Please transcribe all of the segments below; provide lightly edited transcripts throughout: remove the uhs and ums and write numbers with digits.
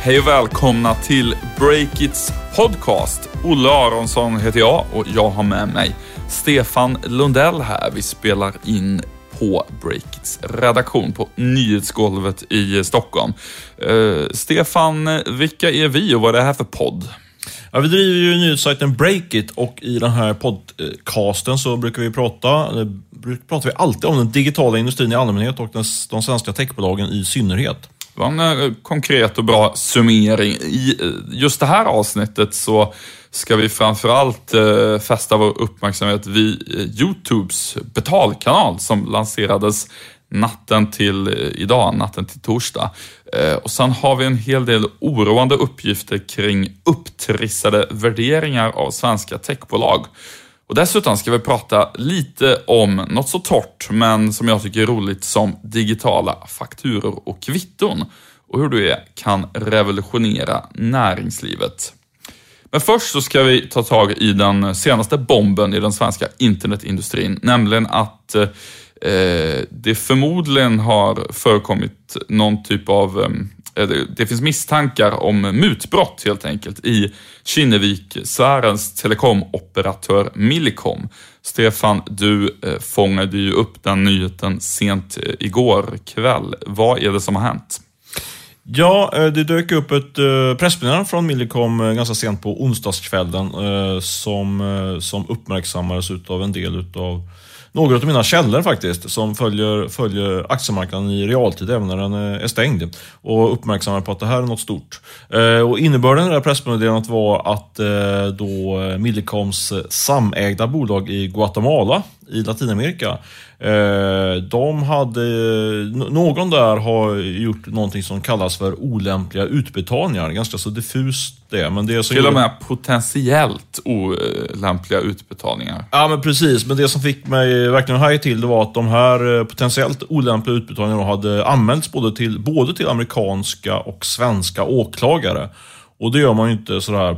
Hej och välkomna till Breakits podcast. Olle Aronsson heter jag och jag har med mig Stefan Lundell här. Vi spelar in på Breakits redaktion på Nyhetsgolvet i Stockholm. Stefan, vilka är vi och vad är det här för podd? Ja, vi driver ju nyhetssajten Breakit och i den här podcasten så brukar vi pratar vi alltid om den digitala industrin i allmänhet och de svenska techbolagen i synnerhet. Det var en konkret och bra summering. I just det här avsnittet så ska vi framförallt fästa vår uppmärksamhet vid YouTubes betalkanal som lanserades natten till torsdag. Och sen har vi en hel del oroande uppgifter kring upptrissade värderingar av svenska techbolag. Och dessutom ska vi prata lite om något så torrt men som jag tycker är roligt som digitala fakturor och kvitton och hur det kan revolutionera näringslivet. Men först så ska vi ta tag i den senaste bomben i den svenska internetindustrin, nämligen att det förmodligen har förekommit någon typ av det finns misstankar om mutbrott helt enkelt i Kinnevik-sfärens telekomoperatör Millicom. Stefan, du fångade ju upp den nyheten sent igår kväll. Vad är det som har hänt? Ja, det dök upp ett pressmeddelande från Millicom ganska sent på onsdagskvällen som uppmärksammades av en del av några av mina källor faktiskt som följer aktiemarknaden i realtid även när den är stängd och uppmärksammar på att det här är något stort. Och innebörden i det här pressmeddelandet var att då Millicoms samägda bolag i Guatemala i Latinamerika, någon där har gjort någonting som kallas för olämpliga utbetalningar. Ganska så diffust det. Men det är så till och med potentiellt olämpliga utbetalningar. Ja, men precis. Men det som fick mig verkligen haja till det var att de här potentiellt olämpliga utbetalningarna hade anmälts både till amerikanska och svenska åklagare. Och det gör man ju inte sådär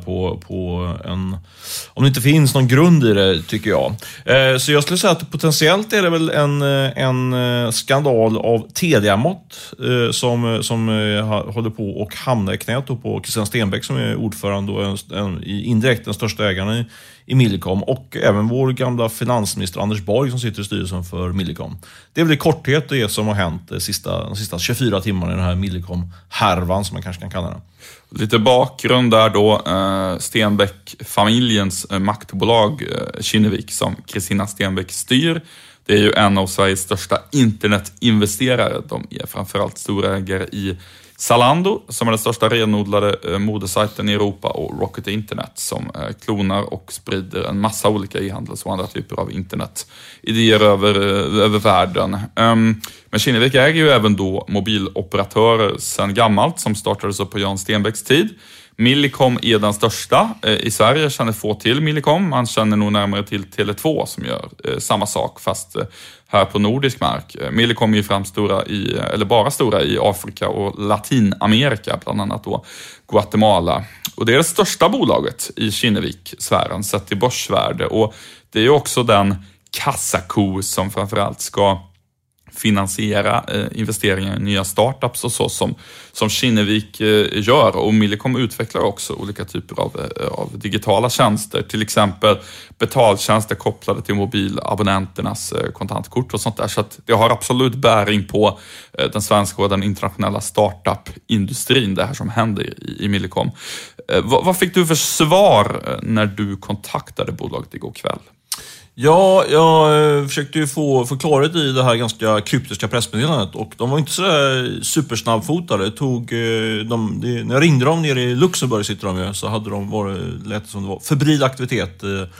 om det inte finns någon grund i det, tycker jag. Så jag skulle säga att potentiellt är det väl en skandal av Telia-mått som håller på och hamnar i knät på Christian Stenbeck som är ordförande och indirekt den största ägaren i Millicom och även vår gamla finansminister Anders Borg som sitter i styrelsen för Millicom. Det är väl i korthet det som har hänt de sista 24 timmarna i den här Millicom-härvan som man kanske kan kalla det. Lite bakgrund där då, Stenbeck-familjens maktbolag Kinnevik som Kristina Stenbeck styr. Det är ju en av Sveriges största internetinvesterare. De är framförallt storägare i Zalando som är den största renodlade modesajten i Europa och Rocket Internet som klonar och sprider en massa olika e-handels och andra typer av internetidéer över världen. Men Kinnevik äger ju även då mobiloperatörer sedan gammalt som startades upp på Jan Stenbecks tid. Millicom är den största. I Sverige känner få till Millicom. Man känner nog närmare till Tele2 som gör samma sak fast här på nordisk mark. Millicom är ju bara stora i Afrika och Latinamerika, bland annat då Guatemala. Och det är det största bolaget i Kinnevik-sfären sett till börsvärde. Och det är ju också den kassako som framförallt ska finansiera investeringar i nya startups och så som Kinnevik gör. Och Millicom utvecklar också olika typer av digitala tjänster. Till exempel betaltjänster kopplade till mobilabonnenternas kontantkort och sånt där. Så att det har absolut bäring på den svenska och den internationella startup-industrin, det här som händer i Millicom. Vad fick du för svar när du kontaktade bolaget igår kväll? Ja, jag försökte ju få klarhet i det här ganska kryptiska pressmeddelandet och de var inte så supersnabbfotade. När jag ringde dem nere i Luxemburg sitter de ju, så hade de lät som det var febril aktivitet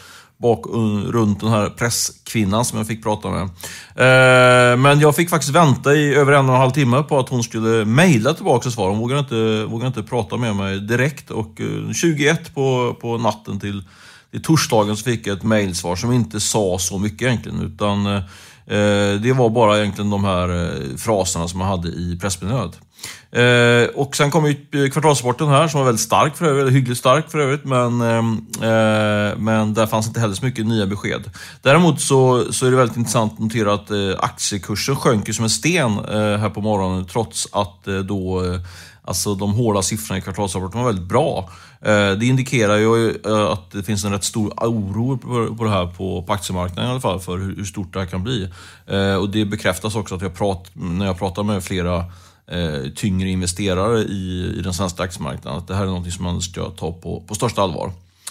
runt den här presskvinnan som jag fick prata med. Men jag fick faktiskt vänta i över 1,5 timme på att hon skulle mejla tillbaka svar. Hon vågade inte prata med mig direkt och 21 på natten till torsdagen så fick jag ett mejlsvar som inte sa så mycket egentligen, utan det var bara egentligen de här fraserna som jag hade i pressmeddelandet. Och sen kom ju kvartalsrapporten här som var väldigt stark för övrigt, hyggligt stark för övrigt, men där fanns inte heller så mycket nya besked. Däremot så är det väldigt intressant att notera att aktiekursen sjönk som en sten här på morgonen, trots att då Alltså de hårda siffrorna i kvartalsrapporten var väldigt bra. Det indikerar ju att det finns en rätt stor oro på det här på aktiemarknaden i alla fall för hur stort det här kan bli. Och det bekräftas också att när jag pratar med flera tyngre investerare i den svenska aktiemarknaden, att det här är något som man ska ta på största allvar.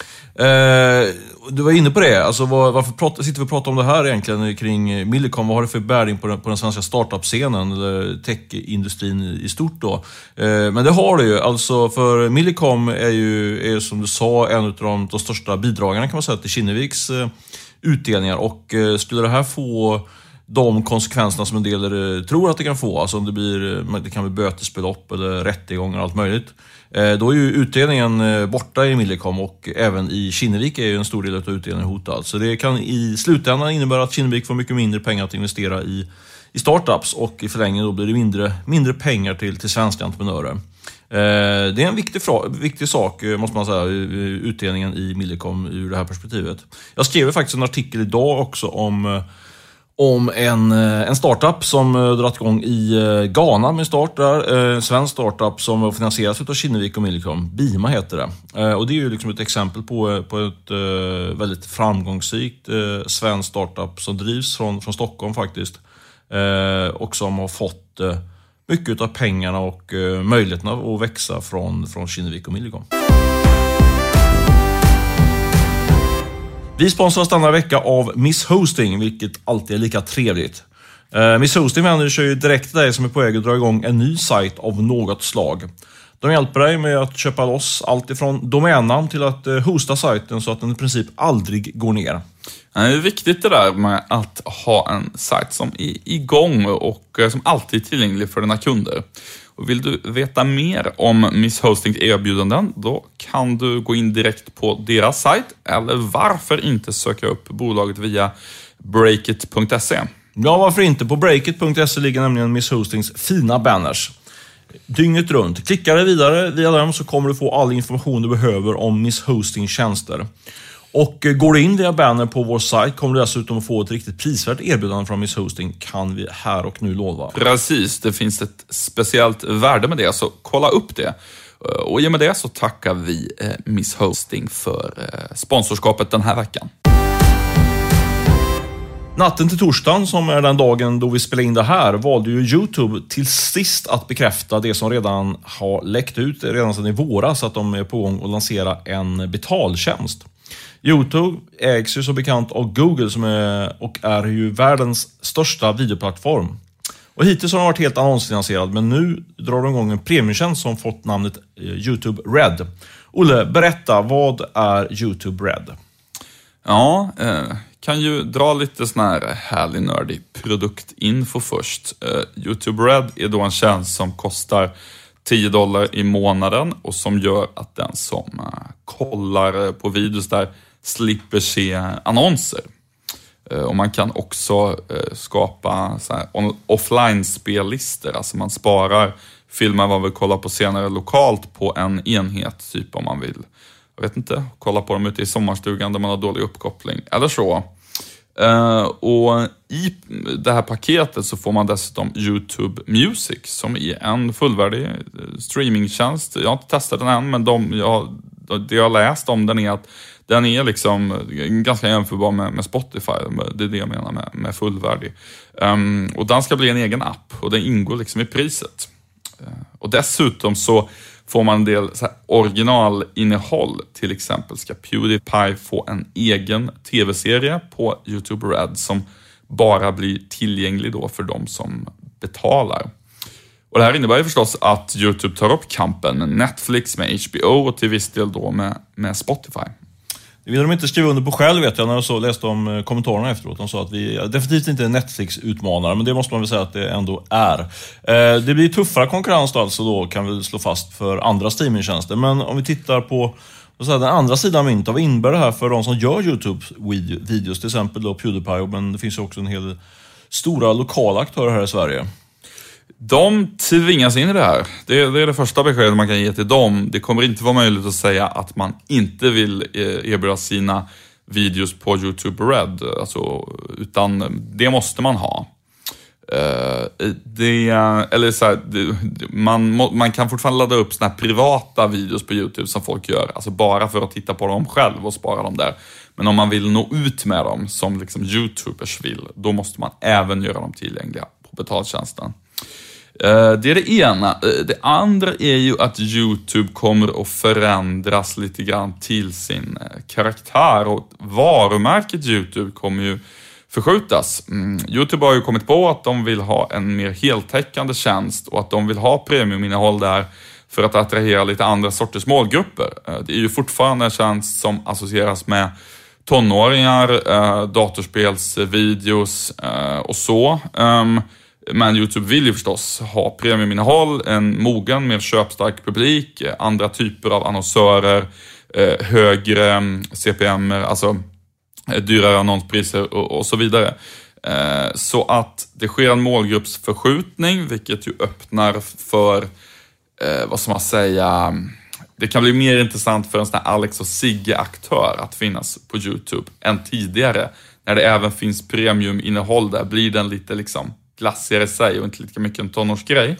Du var inne på det, alltså varför sitter vi och pratar om det här egentligen kring Millicom? Vad har det för bäring på den svenska startup-scenen eller tech-industrin i stort då? Men det har det ju, alltså för Millicom är ju som du sa en av de största bidragarna kan man säga till Kinneviks utdelningar, och skulle det här få de konsekvenserna som en del tror att det kan få, alltså om det kan bli bötesbelopp eller rättegångar och allt möjligt, då är ju utdelningen borta i Millicom, och även i Kinnevik är ju en stor del av utdelningen hotad. Så det kan i slutändan innebära att Kinnevik får mycket mindre pengar att investera i startups, och i förlängningen då blir det mindre pengar till svenska entreprenörer. Det är en viktig sak, måste man säga, utdelningen i Millicom ur det här perspektivet. Jag skrev faktiskt en artikel idag också om en startup som dragit igång i Ghana med start där. En svensk startup som finansieras av Kinnevik och Millicom. Bima heter det. Och det är ju liksom ett exempel på ett väldigt framgångsrikt svensk startup som drivs från Stockholm faktiskt. Och som har fått mycket av pengarna och möjligheterna att växa från Kinnevik och Millicom. Vi sponsras denna vecka av Miss Hosting, vilket alltid är lika trevligt. Miss Hosting vänder sig ju direkt till dig som är på väg att dra igång en ny sajt av något slag. De hjälper dig med att köpa loss allt ifrån domännamn till att hosta sajten så att den i princip aldrig går ner. Det är viktigt det där med att ha en sajt som är igång och som alltid är tillgänglig för dina kunder. Och vill du veta mer om Miss Hostings erbjudanden, då kan du gå in direkt på deras sajt, eller varför inte söka upp bolaget via breakit.se. Ja, varför inte? På breakit.se ligger nämligen Miss Hostings fina banners. Dygnet runt. Klickar du vidare via dem så kommer du få all information du behöver om Miss Hostings tjänster. Och går du in via banner på vår sajt kommer du dessutom få ett riktigt prisvärt erbjudande från Miss Hosting, kan vi här och nu lova. Precis, det finns ett speciellt värde med det, så kolla upp det. Och i och med det så tackar vi Miss Hosting för sponsorskapet den här veckan. Natten till torsdagen, som är den dagen då vi spelar in det här, valde ju YouTube till sist att bekräfta det som redan har läckt ut redan sedan i våras, att de är på gång att lansera en betaltjänst. YouTube ägs ju så bekant av Google som är ju världens största videoplattform. Och hittills har den varit helt annonsfinansierad, men nu drar de igång en premiumtjänst som fått namnet YouTube Red. Olle, berätta, vad är YouTube Red? Ja, kan ju dra lite sån här härlig nördig produktinfo först. YouTube Red är då en tjänst som kostar $10 i månaden och som gör att den som kollar på videos där slipper se annonser. Och man kan också skapa så här offline-spellistor, alltså man sparar filmer man vill kolla på senare lokalt på en enhet, typ om man vill, jag vet inte, kolla på dem ute i sommarstugan där man har dålig uppkoppling eller så. Och i det här paketet så får man dessutom YouTube Music, som är en fullvärdig streamingtjänst. Jag har inte testat den än, men det jag har läst om den är att den är liksom ganska jämförbar med Spotify. Det är det jag menar med fullvärdig. Och den ska bli en egen app och den ingår liksom i priset. Och dessutom så får man en del så här originalinnehåll. Till exempel ska PewDiePie få en egen tv-serie på YouTube Red som bara blir tillgänglig då för de som betalar. Och det här innebär ju förstås att YouTube tar upp kampen med Netflix, med HBO och till viss del då med Spotify. Det vill de inte skriva under på själv, vet jag, när jag så läste om kommentarerna efteråt. De sa att vi definitivt inte är Netflix-utmanare, men det måste man väl säga att det ändå är. Det blir tuffare konkurrens då, alltså då kan vi slå fast för andra streamingtjänster. Men om vi tittar på den andra sidan av myntet, vad innebär det här för de som gör YouTube-videos, till exempel då PewDiePie, men det finns ju också en hel stora lokala aktörer här i Sverige. De tvingas in i det här. Det är det första beskedet man kan ge till dem. Det kommer inte vara möjligt att säga att man inte vill erbjuda sina videos på YouTube Red. Alltså, utan det måste man ha. Man kan fortfarande ladda upp såna här privata videos på YouTube som folk gör, alltså bara för att titta på dem själv och spara dem där. Men om man vill nå ut med dem, som liksom YouTubers vill, då måste man även göra dem tillgängliga på betaltjänsten. Det är det ena. Det andra är ju att YouTube kommer att förändras lite grann till sin karaktär, och varumärket YouTube kommer ju förskjutas. YouTube har ju kommit på att de vill ha en mer heltäckande tjänst och att de vill ha premiuminnehåll där för att attrahera lite andra sorters målgrupper. Det är ju fortfarande en tjänst som associeras med tonåringar, datorspelsvideos och så. Men YouTube vill ju förstås ha premiuminnehåll, en mogen, mer köpstark publik, andra typer av annonsörer, högre CPM, alltså dyrare annonspriser och så vidare. Så att det sker en målgruppsförskjutning, vilket ju öppnar för, vad ska man säga, det kan bli mer intressant för en sån här Alex och Sigge-aktör att finnas på YouTube än tidigare. När det även finns premiuminnehåll där blir den lite liksom glassigare i sig och inte lika mycket en tonårsgrej.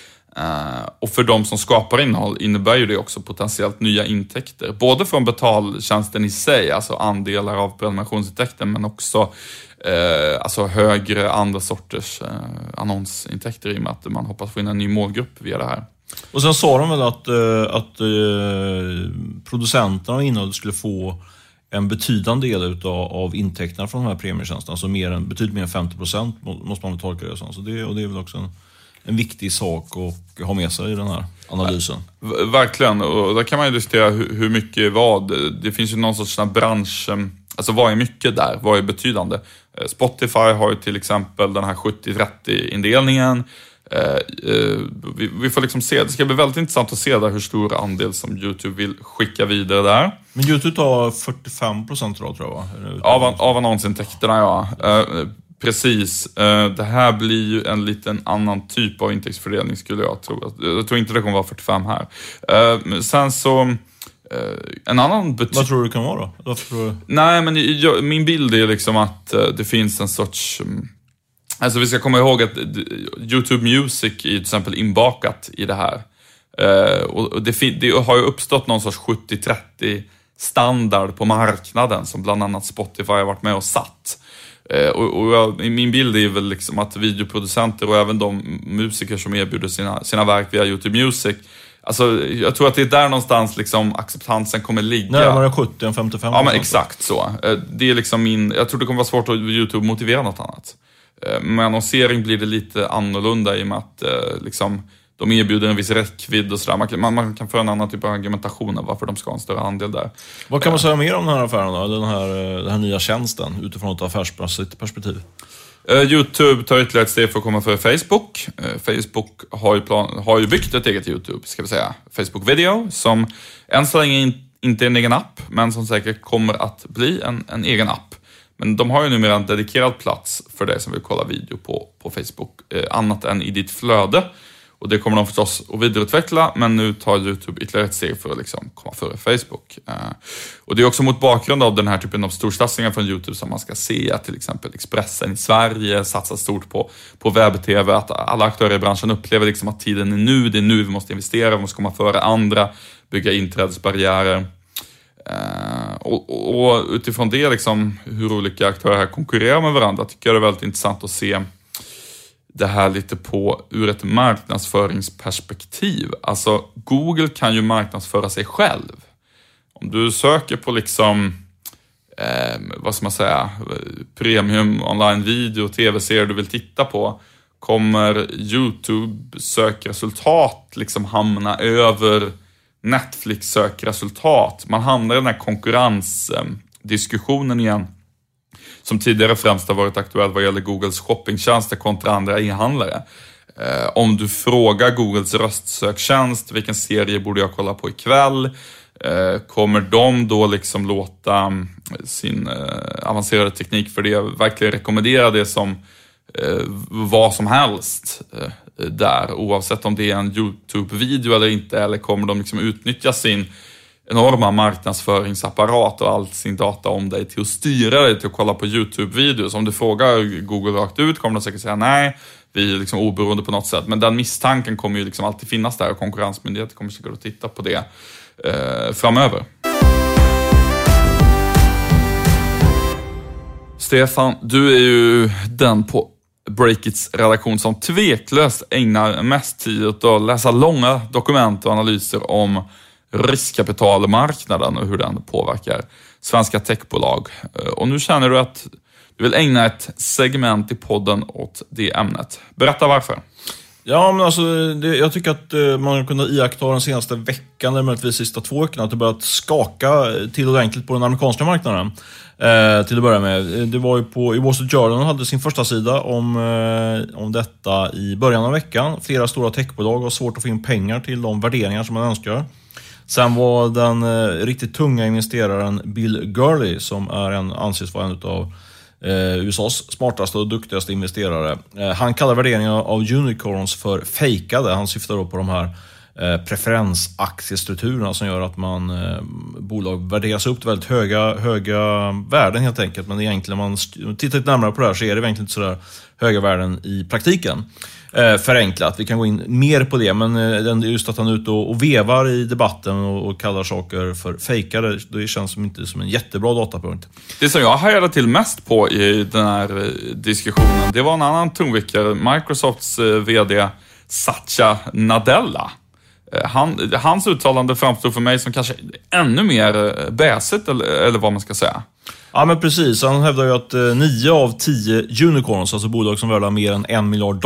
Och för de som skapar innehåll innebär ju det också potentiellt nya intäkter. Både från betaltjänsten i sig, alltså andelar av prenumerationsintäkter, men också alltså högre andra sorters annonsintäkter i och med att man hoppas få in en ny målgrupp via det här. Och sen sa de väl att producenterna av innehåll skulle få en betydande del av intäkterna från de här premietjänsterna, alltså betydligt mer än 50% måste man väl tolka det som. Så det är väl också en viktig sak att ha med sig i den här analysen. Verkligen, och där kan man ju diskutera hur mycket vad. Det finns ju någon sorts bransch, alltså vad är mycket där, vad är betydande. Spotify har ju till exempel den här 70-30-indelningen. Vi får liksom se, det ska bli väldigt intressant att se där hur stor andel som YouTube vill skicka vidare där. Men YouTube tar 45% tror jag, va? Av annonsintäkterna, ja. Precis. Det här blir ju en liten annan typ av intäktsfördelning skulle jag tro. Jag tror inte det kommer vara 45 här. Sen så en annan Vad tror du det kan vara då? Nej, men min bild är liksom att det finns en sorts... Alltså vi ska komma ihåg att YouTube Music är till exempel inbakat i det här. Och det har ju uppstått någon sorts 70-30 standard på marknaden som bland annat Spotify har varit med och satt. Min bild är väl liksom att videoproducenter och även de musiker som erbjuder sina verk via YouTube Music, alltså jag tror att det är där någonstans liksom acceptansen kommer ligga. Nej, man är 70-55. Ja, men exakt så. Det är liksom jag tror det kommer vara svårt att YouTube motivera något annat. Med annonsering blir det lite annorlunda i och med att liksom, de erbjuder en viss räckvidd och sådär. Man kan få en annan typ av argumentation av varför de ska ha en större andel där. Vad kan man säga mer om den här affären då? Den här nya tjänsten utifrån ett affärsmässigt perspektiv? YouTube tar ytterligare ett steg för att komma före Facebook. Facebook har ju byggt ett eget YouTube, ska vi säga. Facebook Video, som än så länge inte är en egen app, men som säkert kommer att bli en egen app. Men de har ju numera en dedikerad plats för dig som vill kolla video på Facebook, annat än i ditt flöde. Och det kommer de förstås att vidareutveckla, men nu tar YouTube ytterligare ett steg för att liksom komma före Facebook. Och det är också mot bakgrund av den här typen av storsatsningar från YouTube som man ska se att till exempel Expressen i Sverige satsar stort på webb-tv, att alla aktörer i branschen upplever liksom att tiden är nu, det är nu vi måste investera, vi måste komma före andra, bygga inträdesbarriärer. Och utifrån det liksom, hur olika aktörer här konkurrerar med varandra, tycker jag det är väldigt intressant att se det här lite ur ett marknadsföringsperspektiv. Alltså Google kan ju marknadsföra sig själv. Om du söker på liksom vad ska man säga, premium online video, tv-serier du vill titta på, kommer YouTube sökresultat liksom hamna över Netflix sökresultat. Man hamnar i den här konkurrensdiskussionen igen som tidigare främst har varit aktuell vad gäller Googles shoppingtjänster kontra andra e-handlare. Om du frågar Googles röstsöktjänst, vilken serie borde jag kolla på ikväll, kommer de då liksom låta sin avancerade teknik för det verkligen rekommendera det som vad som helst där, oavsett om det är en YouTube-video eller inte, eller kommer de liksom utnyttja sin enorma marknadsföringsapparat och all sin data om dig till att styra dig till att kolla på YouTube-videos. Om du frågar Google rakt ut kommer de säkert säga nej, vi är liksom oberoende på något sätt. Men den misstanken kommer ju liksom alltid finnas där och konkurrensmyndigheten kommer säkert att titta på det framöver. Stefan, du är ju den på Breakits redaktion som tveklöst ägnar mest tid åt att läsa långa dokument och analyser om riskkapitalmarknaden och hur den påverkar svenska techbolag. Och nu känner du att du vill ägna ett segment i podden åt det ämnet. Berätta varför. Ja, men alltså, jag tycker att man kunde iaktta den senaste veckan, eller möjligtvis sista 2 veckorna, att det börjat skaka till ordentligt på den amerikanska marknaden. Till att börja med. Det var ju i Wall Street Journal hade sin första sida om detta i början av veckan. Flera stora techbolag har svårt att få in pengar till de värderingar som man önskar. Sen var den riktigt tunga investeraren Bill Gurley, som anses vara en av USAs smartaste och duktigaste investerare. Han kallar värderingar av unicorns för fejkade. Han syftar då på de här preferensaktiestrukturerna som gör att bolag värderas upp till väldigt höga värden helt enkelt. Men egentligen om man tittar lite närmare på det här så är det egentligen inte så där höga värden i praktiken. Förenklat, vi kan gå in mer på det, men just att han är ute och vevar i debatten och kallar saker för fejkade, det känns inte som en jättebra datapunkt. Det som jag hajade till mest på i den här diskussionen, det var en annan tungviktare, Microsofts vd Satya Nadella. Hans uttalande framstod för mig som kanske ännu mer bäsigt, eller vad man ska säga. Ja, men precis. Han hävdar ju att 9 av 10 unicorns, alltså bolag som värderar mer än $1 miljard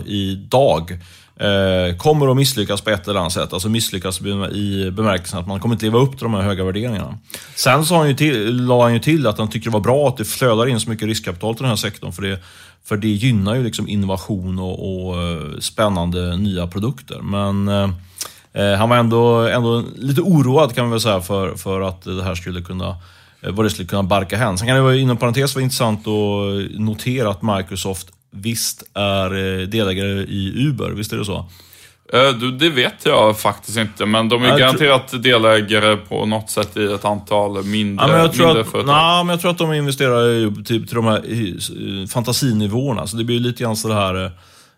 idag, kommer att misslyckas på ett eller annat sätt. Alltså misslyckas i bemärkelsen att man kommer inte leva upp till de här höga värderingarna. Sen så la han ju till att han tycker det var bra att det flödar in så mycket riskkapital till den här sektorn, för det gynnar ju liksom innovation och spännande nya produkter. Men han var ändå lite oroad, kan man väl säga, för att det här skulle kunna barka hän. Sen kan det vara, inom parentes, vara intressant att notera att Microsoft visst är delägare i Uber, visst är det så? Det vet jag faktiskt inte, men de är garanterat delägare på något sätt i ett antal mindre företag. Men jag tror att de investerar till de här fantasinivåerna, så det blir lite grann så det här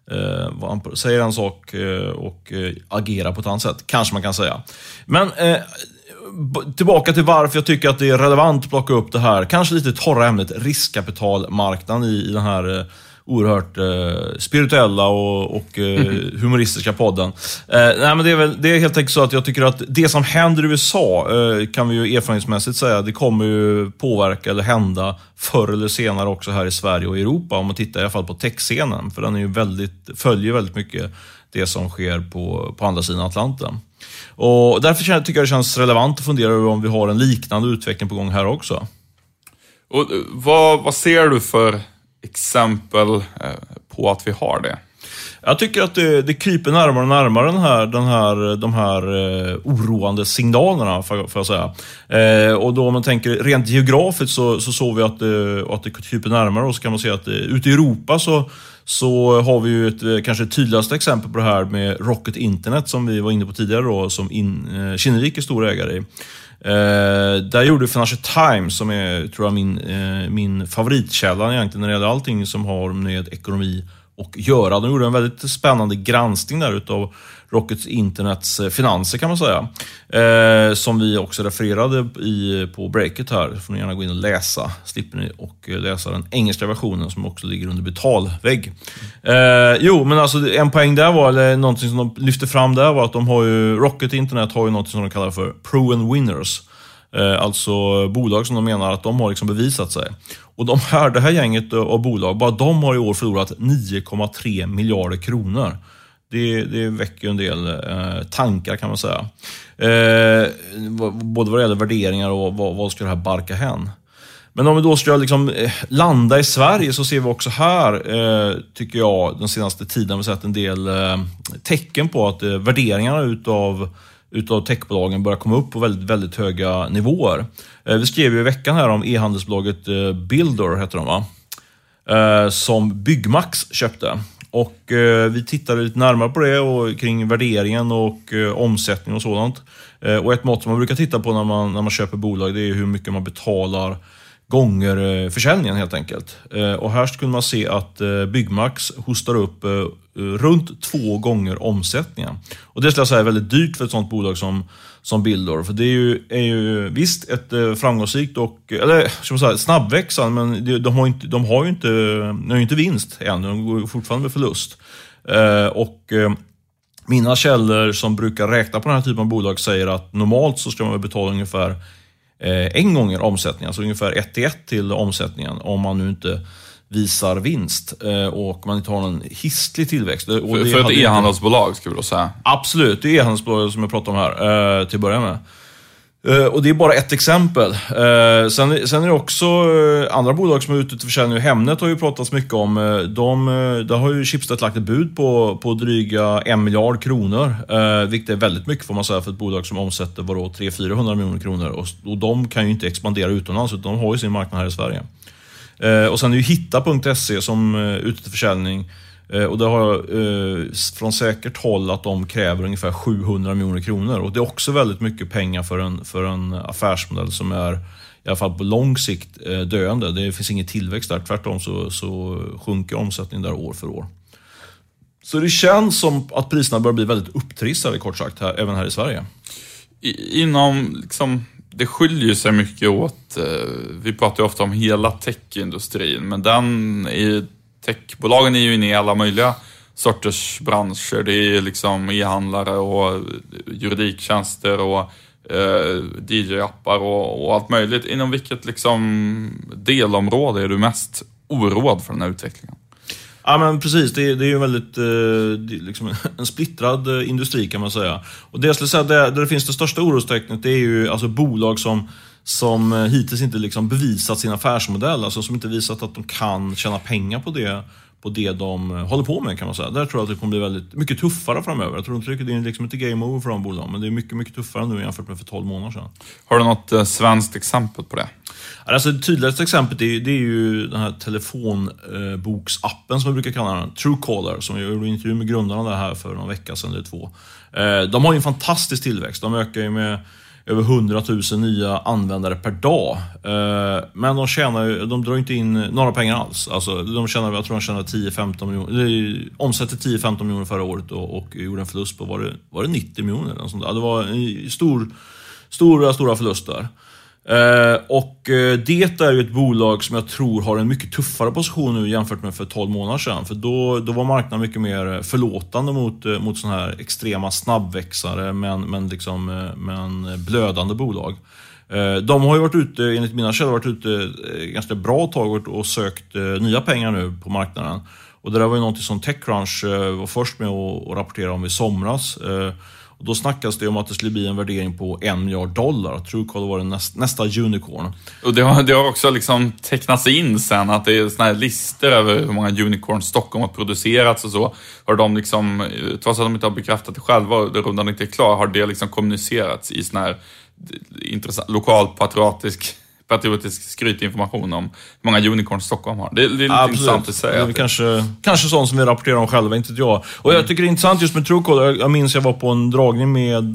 säger en sak och agerar på ett annat sätt, kanske man kan säga. Men tillbaka till varför jag tycker att det är relevant att plocka upp det här kanske lite torra ämnet riskkapitalmarknaden i den här oerhört spirituella och humoristiska podden. Nej, men det är helt enkelt så att jag tycker att det som händer i USA kan vi ju erfarenhetsmässigt säga, det kommer ju påverka eller hända förr eller senare också här i Sverige och Europa, om man tittar i alla fall på techscenen, för den är ju följer väldigt mycket det som sker på andra sidan Atlanten. Och därför tycker jag det känns relevant att fundera över om vi har en liknande utveckling på gång här också. Och vad ser du för exempel på att vi har det? Jag tycker att det kryper närmare och närmare de här oroande signalerna, får jag säga. Och då om man tänker rent geografiskt så såg vi att det kryper närmare, och så kan man se att ute i Europa så har vi ju kanske ett tydligaste exempel på det här med Rocket Internet, som vi var inne på tidigare då, som Kinnevik är stor ägare i. Där gjorde Financial Times, som är, tror jag, min favoritkälla egentligen när det gäller allting som har med ekonomi och göra. De gjorde en väldigt spännande granskning där utav Rocket Internets finanser, kan man säga. Som vi också refererade på breaket här. Får ni gärna gå in och läsa. Slipper ni och läsa den engelska versionen som också ligger under betalvägg. Men alltså en poäng där var, eller någonting som de lyfte fram där, var att Rocket Internet har ju något som de kallar för proven winners. Alltså bolag som de menar att de har liksom bevisat sig. Och det här gänget av bolag, bara de har i år förlorat 9,3 miljarder kronor. Det väcker en del tankar, kan man säga. Både vad det gäller värderingar och vad ska det här barka hän. Men om vi då ska liksom landa i Sverige, så ser vi också här, tycker jag, den senaste tiden vi sett en del tecken på att värderingarna utav techbolagen börjar komma upp på väldigt, väldigt höga nivåer. Vi skrev ju i veckan här om e-handelsbolaget Builder, heter de, va? Som Byggmax köpte. Och vi tittade lite närmare på det och kring värderingen och omsättning och sådant. Och ett mått som man brukar titta på när man köper bolag, det är hur mycket man betalar gånger försäljningen helt enkelt. Och här kunde man se att Byggmax hostar upp runt 2 gånger omsättningen. Och det skulle jag säga är väldigt dyrt för ett sånt bolag som Bildor. För det är ju visst ett framgångsrikt och, eller ska man säga, snabbväxande, men de har ju inte vinst än. De går fortfarande med förlust. Mina källor som brukar räkna på den här typen av bolag säger att normalt så ska man betala ungefär 1 gånger omsättningen, alltså ungefär 1:1 till omsättningen, om man nu inte visar vinst och man inte har någon hisklig tillväxt. För ett e-handelsbolag ska vi då säga? Absolut, det är e-handelsbolag som jag pratar om här till att börja med. Och det är bara ett exempel. Sen är det också andra bolag som är ute till försäljning. Hemnet har ju pratats mycket om. Där har ju Schibsted lagt ett bud på dryga 1 miljard kronor. Vilket är väldigt mycket, får man säga, för ett bolag som omsätter 300-400 miljoner kronor. Och de kan ju inte expandera utomlands, utan de har ju sin marknad här i Sverige. Och sen är ju hitta.se som är ute till försäljning. Och det har från säkert håll att de kräver ungefär 700 miljoner kronor. Och det är också väldigt mycket pengar för en affärsmodell som är i alla fall på lång sikt döende. Det finns ingen tillväxt där. Tvärtom så sjunker omsättningen där år för år. Så det känns som att priserna börjar bli väldigt upptrissade, kort sagt, även här i Sverige. Inom liksom, det skiljer sig mycket åt, vi pratar ju ofta om hela techindustrin, men techbolagen är ju inne i alla möjliga sorters branscher. Det är liksom e-handlare och juridiktjänster och DJ-appar och allt möjligt. Inom vilket liksom delområde är du mest oroad för den här utvecklingen? Ja, men precis, det är ju väldigt liksom en splittrad industri, kan man säga. Och det jag skulle säga, där det finns det största orostecknet, det är ju alltså bolag som hittills inte liksom bevisat sin affärsmodell, alltså som inte visat att de kan tjäna pengar på det de håller på med, kan man säga. Där tror jag att det kommer bli väldigt mycket tuffare framöver. Jag tror inte det är liksom inte game over för de bolagen, men det är mycket, mycket tuffare nu jämfört med för 12 månader sedan. Har du något svenskt exempel på det? Alltså det tydligaste exemplet det är ju den här telefonboksappen som vi brukar kalla den, Truecaller, som jag gjorde intervju med grundarna där här för någon vecka sedan eller 2. De har ju en fantastisk tillväxt. De ökar ju med över 100 000 nya användare per dag. Men de drar inte in några pengar alls. Alltså, jag tror de tjänar 10-15 miljoner. Omsätter 10-15 miljoner förra året och gjorde en förlust på, var det 90 miljoner? Eller sånt där. Det var en stora förluster. Och det är ju ett bolag som jag tror har en mycket tuffare position nu jämfört med för 12 månader sedan. För då var marknaden mycket mer förlåtande mot såna här extrema snabbväxare men blödande bolag. De har ju varit ute, enligt mina källor, varit ute ganska bra tag och sökt nya pengar nu på marknaden. Och det där var ju någonting som TechCrunch var först med att rapportera om i somras. Och då snackas det om att det skulle bli en värdering på $1 miljard. Truecaller var det nästa unicorn. Och det har också liksom tecknats in sen att det är såna här listor över hur många unicorns Stockholm har producerats och så. Har de liksom, trots att de inte har bekräftat det själva och rundan inte är klar, har det liksom kommunicerats i sån här intressant, lokalpatriotisk skrytinformation om hur många unicorns Stockholm har. Det är lite intressant att säga. Det är kanske sånt som vi rapporterar om själva, inte jag. Och jag tycker det är intressant just med Truecaller. Jag minns jag var på en dragning med,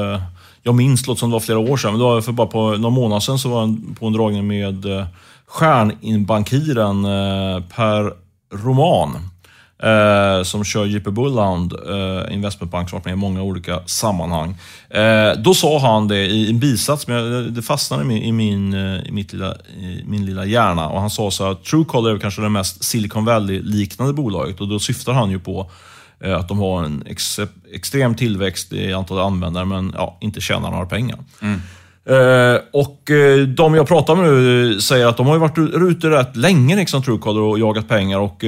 låt som det var flera år sedan, men då för bara på några månader sedan så var jag på en dragning med stjärnbankiren Per Roman. Som kör JP Bullhound investmentbank som har varit med i många olika sammanhang. Då sa han det i en bisats, men det fastnade i min lilla hjärna, och han sa så att Truecaller är kanske det mest Silicon Valley-liknande bolaget, och då syftar han ju på att de har en extrem tillväxt i antal användare men inte tjänar några pengar. Och de jag pratar med nu säger att de har ju varit ute rätt länge liksom, Truecaller, och jagat pengar, och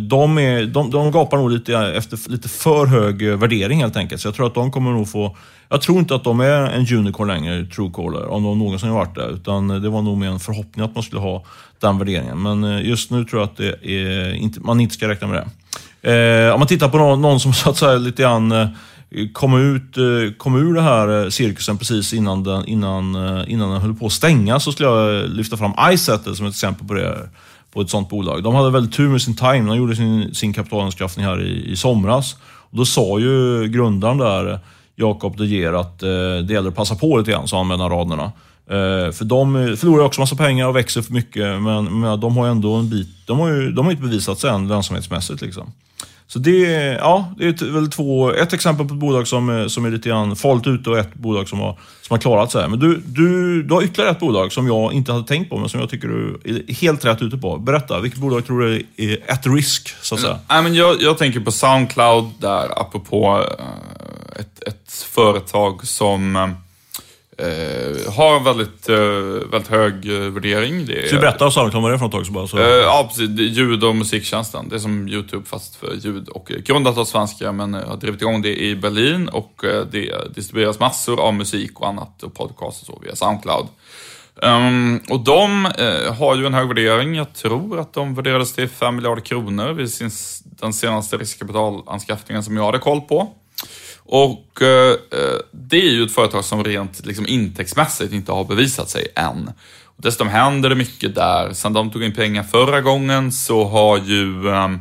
de gapar nog efter lite för hög värdering helt enkelt. Så jag tror att de kommer nog få, jag tror inte att de är en unicorn längre, Truecaller, om de någonsin har varit det, utan det var nog mer en förhoppning att man skulle ha den värderingen. Men just nu tror jag att det är man inte ska räkna med det. Om man tittar på någon som så att säga lite grann kom ur det här cirkusen precis innan den höll på att stänga, så skulle jag lyfta fram iSettle som ett exempel på ett sånt bolag. De hade väldigt tur med sin time. De gjorde sin kapitalanskaffning här i somras. Och då sa ju grundaren där, Jakob De Geer, att det gäller att passa på lite grann, sa han mellan raderna. För de förlorar också massa pengar och växer för mycket, men de har ändå en bit, de har inte bevisat sig än lönsamhetsmässigt liksom. Så det är väl ett exempel på ett bolag som är lite grann farligt ute och ett bolag som har klarat sig. Men du har ytterligare ett bolag som jag inte hade tänkt på, men som jag tycker du är helt rätt ute på. Berätta, vilket bolag tror du är at risk, så att säga? Nej, men jag tänker på SoundCloud där, apropå ett företag som har väldigt hög värdering. Så du berättar SoundCloud vad det är för något också? Ja, precis. Ljud- och musiktjänsten. Det är som YouTube fast för ljud. Och grundat av svenska, men har drivit igång det i Berlin. Och det distribueras massor av musik och annat och podcast och så via SoundCloud. Och de har ju en hög värdering. Jag tror att de värderades till 5 miljarder kronor vid den senaste riskkapitalanskaffningen som jag hade koll på. Och det är ju ett företag som rent liksom intäktsmässigt inte har bevisat sig än. Och dessutom händer det mycket där. Sen de tog in pengar förra gången så har ju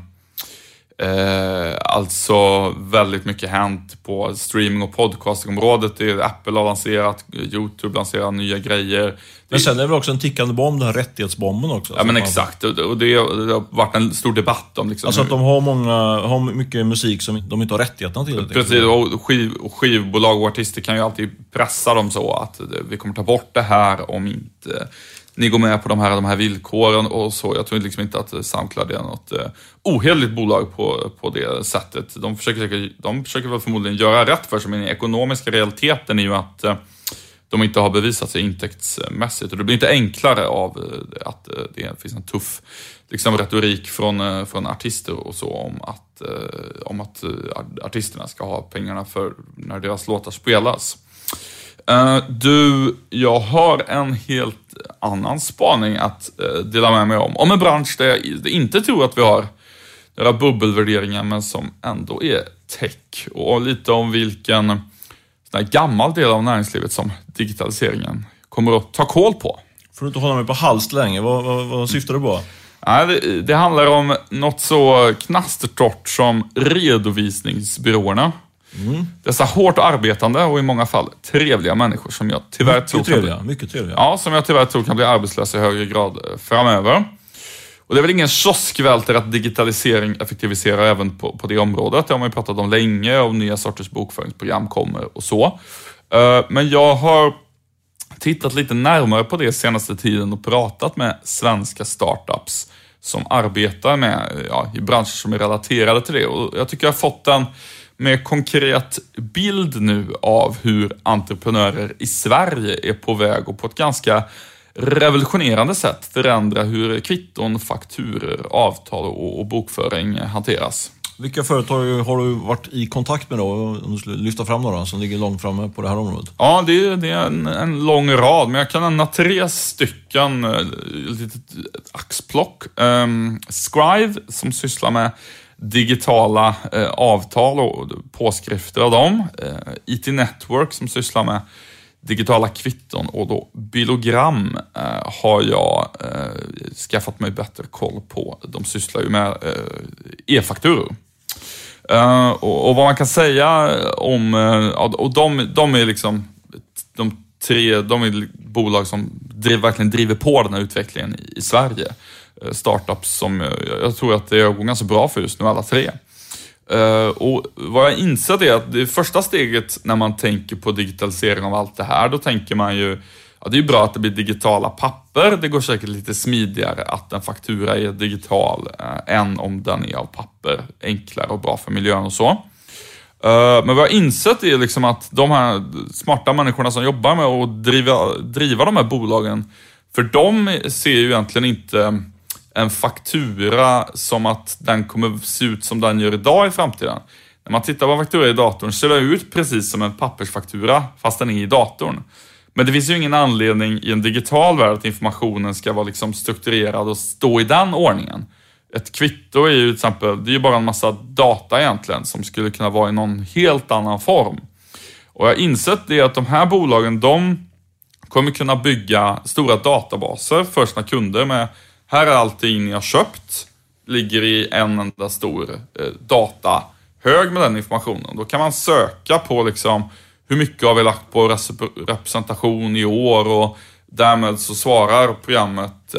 alltså väldigt mycket hänt på streaming- och podcastingområdet. Apple har lanserat, YouTube lanserar nya grejer. Men sen är det väl också en tickande bomb, den här rättighetsbomben också. Ja, men exakt. Och det har varit en stor debatt om liksom, alltså att de har mycket musik som de inte har rättigheterna till. Precis, och skivbolag och artister kan ju alltid pressa dem så att vi kommer ta bort det här om inte ni går med på de här villkoren och så. Jag tror liksom inte att SoundCloud är något ohederligt bolag på det sättet. De försöker väl förmodligen göra rätt för sig, men den ekonomiska realiteten är ju att de inte har bevisat sig intäktsmässigt. Och det blir inte enklare av att det finns en tuff liksom, retorik från artister och så om att artisterna ska ha pengarna för när deras låtar spelas. Jag har en helt annan spaning att dela med mig om en bransch där jag inte tror att vi har några bubbelvärderingar, men som ändå är tech, och lite om vilken sån här gammal del av näringslivet som digitaliseringen kommer att ta koll på. Får du inte hålla mig på halst länge? Vad syftar du på? Nej, det handlar om något så knastertorrt som redovisningsbyråerna. Dessa hårt arbetande och i många fall trevliga människor som jag tyvärr mycket trevliga. Ja, som jag tyvärr tror kan bli arbetslösa i högre grad framöver. Och det är väl ingen kioskvälter att digitalisering effektiviserar även på det området. Det har man ju pratat om länge, och nya sorters bokföringsprogram kommer och så. Men jag har tittat lite närmare på det senaste tiden och pratat med svenska startups som arbetar med i branscher som är relaterade till det. Och jag tycker jag har fått en mer konkret bild nu av hur entreprenörer i Sverige är på väg och på ett ganska revolutionerande sätt förändra hur kvitton, fakturer, avtal och bokföring hanteras. Vilka företag har du varit i kontakt med då? Om du skulle lyfta fram några som ligger långt framme på det här området. Ja, det är en lång rad, men jag kan nämna 3 stycken, litet axplock. Scrive som sysslar med digitala avtal och påskrifter av dem. IT Network som sysslar med digitala kvitton, och då Bilogram har jag skaffat mig bättre koll på. De sysslar ju med e-fakturor. Och vad man kan säga om, och de är liksom de är bolag som verkligen driver på den här utvecklingen i Sverige. Startups som jag tror att det går ganska bra för just nu, alla 3. Och vad jag insett är att det första steget när man tänker på digitalisering av allt det här, då tänker man ju, det är ju bra att det blir digitala papper. Det går säkert lite smidigare att en faktura är digital än om den är av papper. Enklare och bra för miljön och så. Men vad jag insett är liksom att de här smarta människorna som jobbar med att driva de här bolagen, för de ser ju egentligen inte en faktura som att den kommer se ut som den gör idag i framtiden. När man tittar på en faktura i datorn ser det ut precis som en pappersfaktura fast den är i datorn. Men det finns ju ingen anledning i en digital värld att informationen ska vara liksom strukturerad och stå i den ordningen. Ett kvitto är ju till exempel, det är ju bara en massa data egentligen som skulle kunna vara i någon helt annan form. Och jag har insett det att de här bolagen, de kommer kunna bygga stora databaser för sina kunder med här är allting ni har köpt, ligger i en enda stor datahög med den informationen. Då kan man söka på liksom hur mycket har vi lagt på representation i år, och därmed så svarar programmet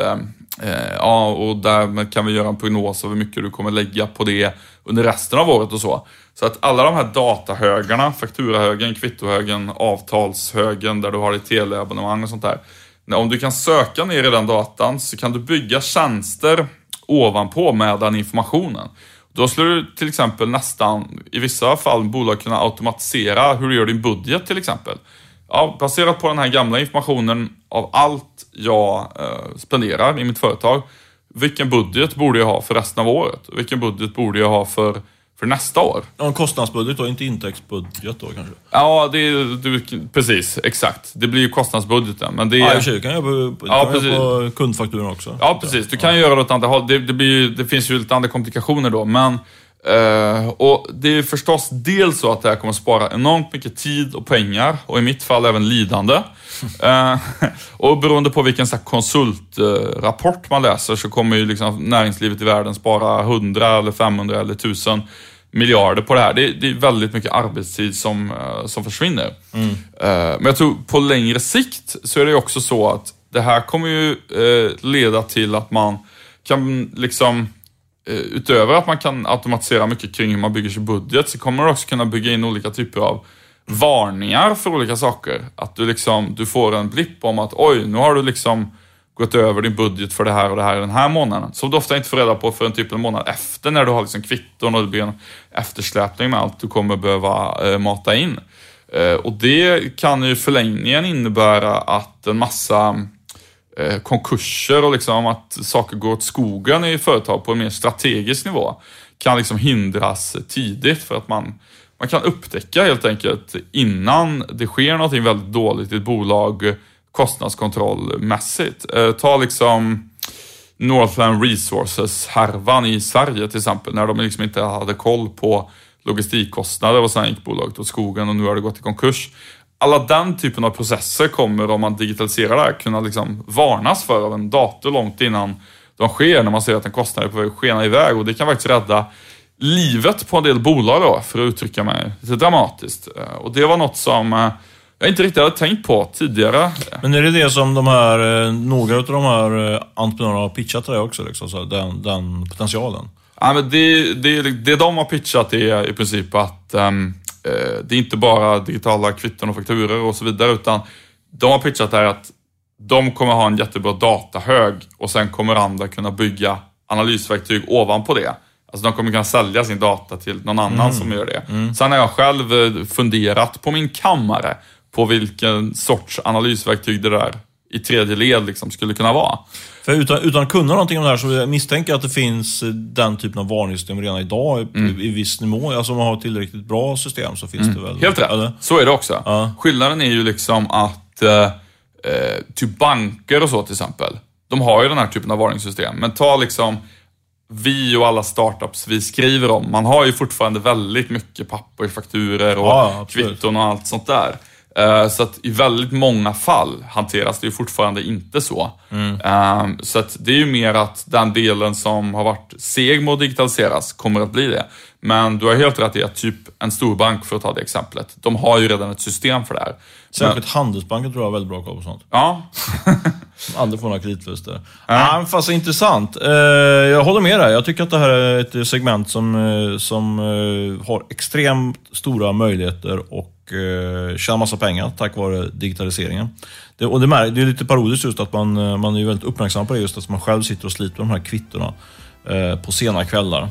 och därmed kan vi göra en prognos av hur mycket du kommer lägga på det under resten av året och så. Så att alla de här datahögarna, fakturahögen, kvittohögen, avtalshögen där du har ditt teleabonnemang och sånt där. Om du kan söka ner i den datan så kan du bygga tjänster ovanpå med den informationen. Då skulle du till exempel nästan, i vissa fall, bolag kunna automatisera hur du gör din budget till exempel. Ja, baserat på den här gamla informationen av allt jag spenderar i mitt företag. Vilken budget borde jag ha för resten av året? Vilken budget borde jag ha för nästa år? Ja, en kostnadsbudget då, inte intäktsbudget då kanske? Ja, precis, exakt. Det blir ju kostnadsbudgeten. Men det är... du kan göra på kundfakturen också. Ja, precis. Du kan göra det åt andra håll. Det finns ju lite andra komplikationer då, men... och det är förstås dels så att det här kommer spara enormt mycket tid och pengar, och i mitt fall även lidande. Och beroende på vilken konsultrapport man läser så kommer ju liksom näringslivet i världen spara 100 eller 500 eller 1000 miljarder på det här. Det är väldigt mycket arbetstid som försvinner. Men jag tror på längre sikt så är det också så att det här kommer ju leda till att man kan liksom, utöver att man kan automatisera mycket kring hur man bygger sin budget, så kommer man också kunna bygga in olika typer av varningar för olika saker. Att du får en blipp om att oj, nu har du liksom gått över din budget för det här och det här den här månaden. Som du ofta inte får reda på för en typ av månad efter, när du har liksom kvitton och det blir en eftersläpning med allt du kommer behöva mata in. Och det kan ju förlängningen innebära att en massa konkurser och liksom att saker går åt skogen i företag på en mer strategisk nivå kan liksom hindras tidigt, för att man kan upptäcka helt enkelt innan det sker någonting väldigt dåligt i ett bolag kostnadskontrollmässigt. Ta liksom Northland Resources härvan i Sverige till exempel, när de liksom inte hade koll på logistikkostnader och sen gick bolaget åt skogen och nu har det gått i konkurs. Alla den typen av processer kommer, om man digitaliserar det här, kunna liksom varnas för av en dator långt innan de sker, när man ser att en kostnad är på väg att skena iväg, och det kan faktiskt rädda livet på en del bolag då, för att uttrycka mig lite dramatiskt. Och det var något som jag inte riktigt hade tänkt på tidigare. Men är det som några av de här entreprenörerna har pitchat det också, liksom, så den potentialen? Ja, men det de har pitchat är i princip att det är inte bara digitala kvitton och fakturer och så vidare, utan de har pitchat där att de kommer ha en jättebra datahög, och sen kommer andra kunna bygga analysverktyg ovanpå det. Alltså de kommer kunna sälja sin data till någon annan som gör det. Sen har jag själv funderat på min kammare på vilken sorts analysverktyg det där i tredje led liksom skulle kunna vara. För utan att kunna någonting om det här, så jag misstänker att det finns den typen av varningssystem redan idag i viss nivå. Alltså om man har tillräckligt bra system så finns det väl... Helt rätt, eller? Så är det också. Ja. Skillnaden är ju liksom att typ banker och så till exempel, de har ju den här typen av varningssystem. Men ta liksom vi och alla startups vi skriver om, man har ju fortfarande väldigt mycket papper, fakturer och kvitton och allt sånt där. Så att i väldigt många fall hanteras det ju fortfarande inte så. Så att det är ju mer att den delen som har varit seg med att digitaliseras kommer att bli det. Men du har helt rätt i att typ en storbank, för att ta det exemplet, de har ju redan ett system för det här. Särskilt Handelsbanken tror jag är väldigt bra koll på sånt. Ja. Andra får några kreditförluster. Ja, fast så jag håller med dig. Jag tycker att det här är ett segment som har extremt stora möjligheter och tjäna massa pengar tack vare digitaliseringen. Det är lite parodiskt just att man är ju väldigt uppmärksam på det, just att man själv sitter och sliter med de här kvittorna på sena kvällar.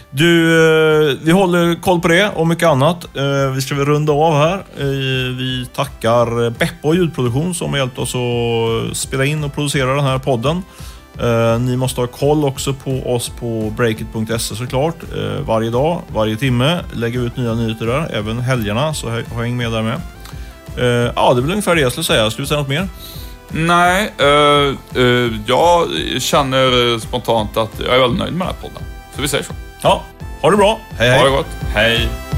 Vi håller koll på det och mycket annat. Vi ska väl runda av här. Vi tackar Beppo ljudproduktion som har hjälpt oss att spela in och producera den här podden. Ni måste ha koll också på oss på breakit.se såklart. Varje dag, varje timme lägger vi ut nya nyheter där, även helgerna, så häng med där med. Ja, det är väl ungefär det jag skulle säga. Skulle du säga något mer? Nej, jag känner spontant att jag är väldigt nöjd med den här podden. Så vi säger så. Ja, ha det bra. Hej, hej. Ha det gott. Hej.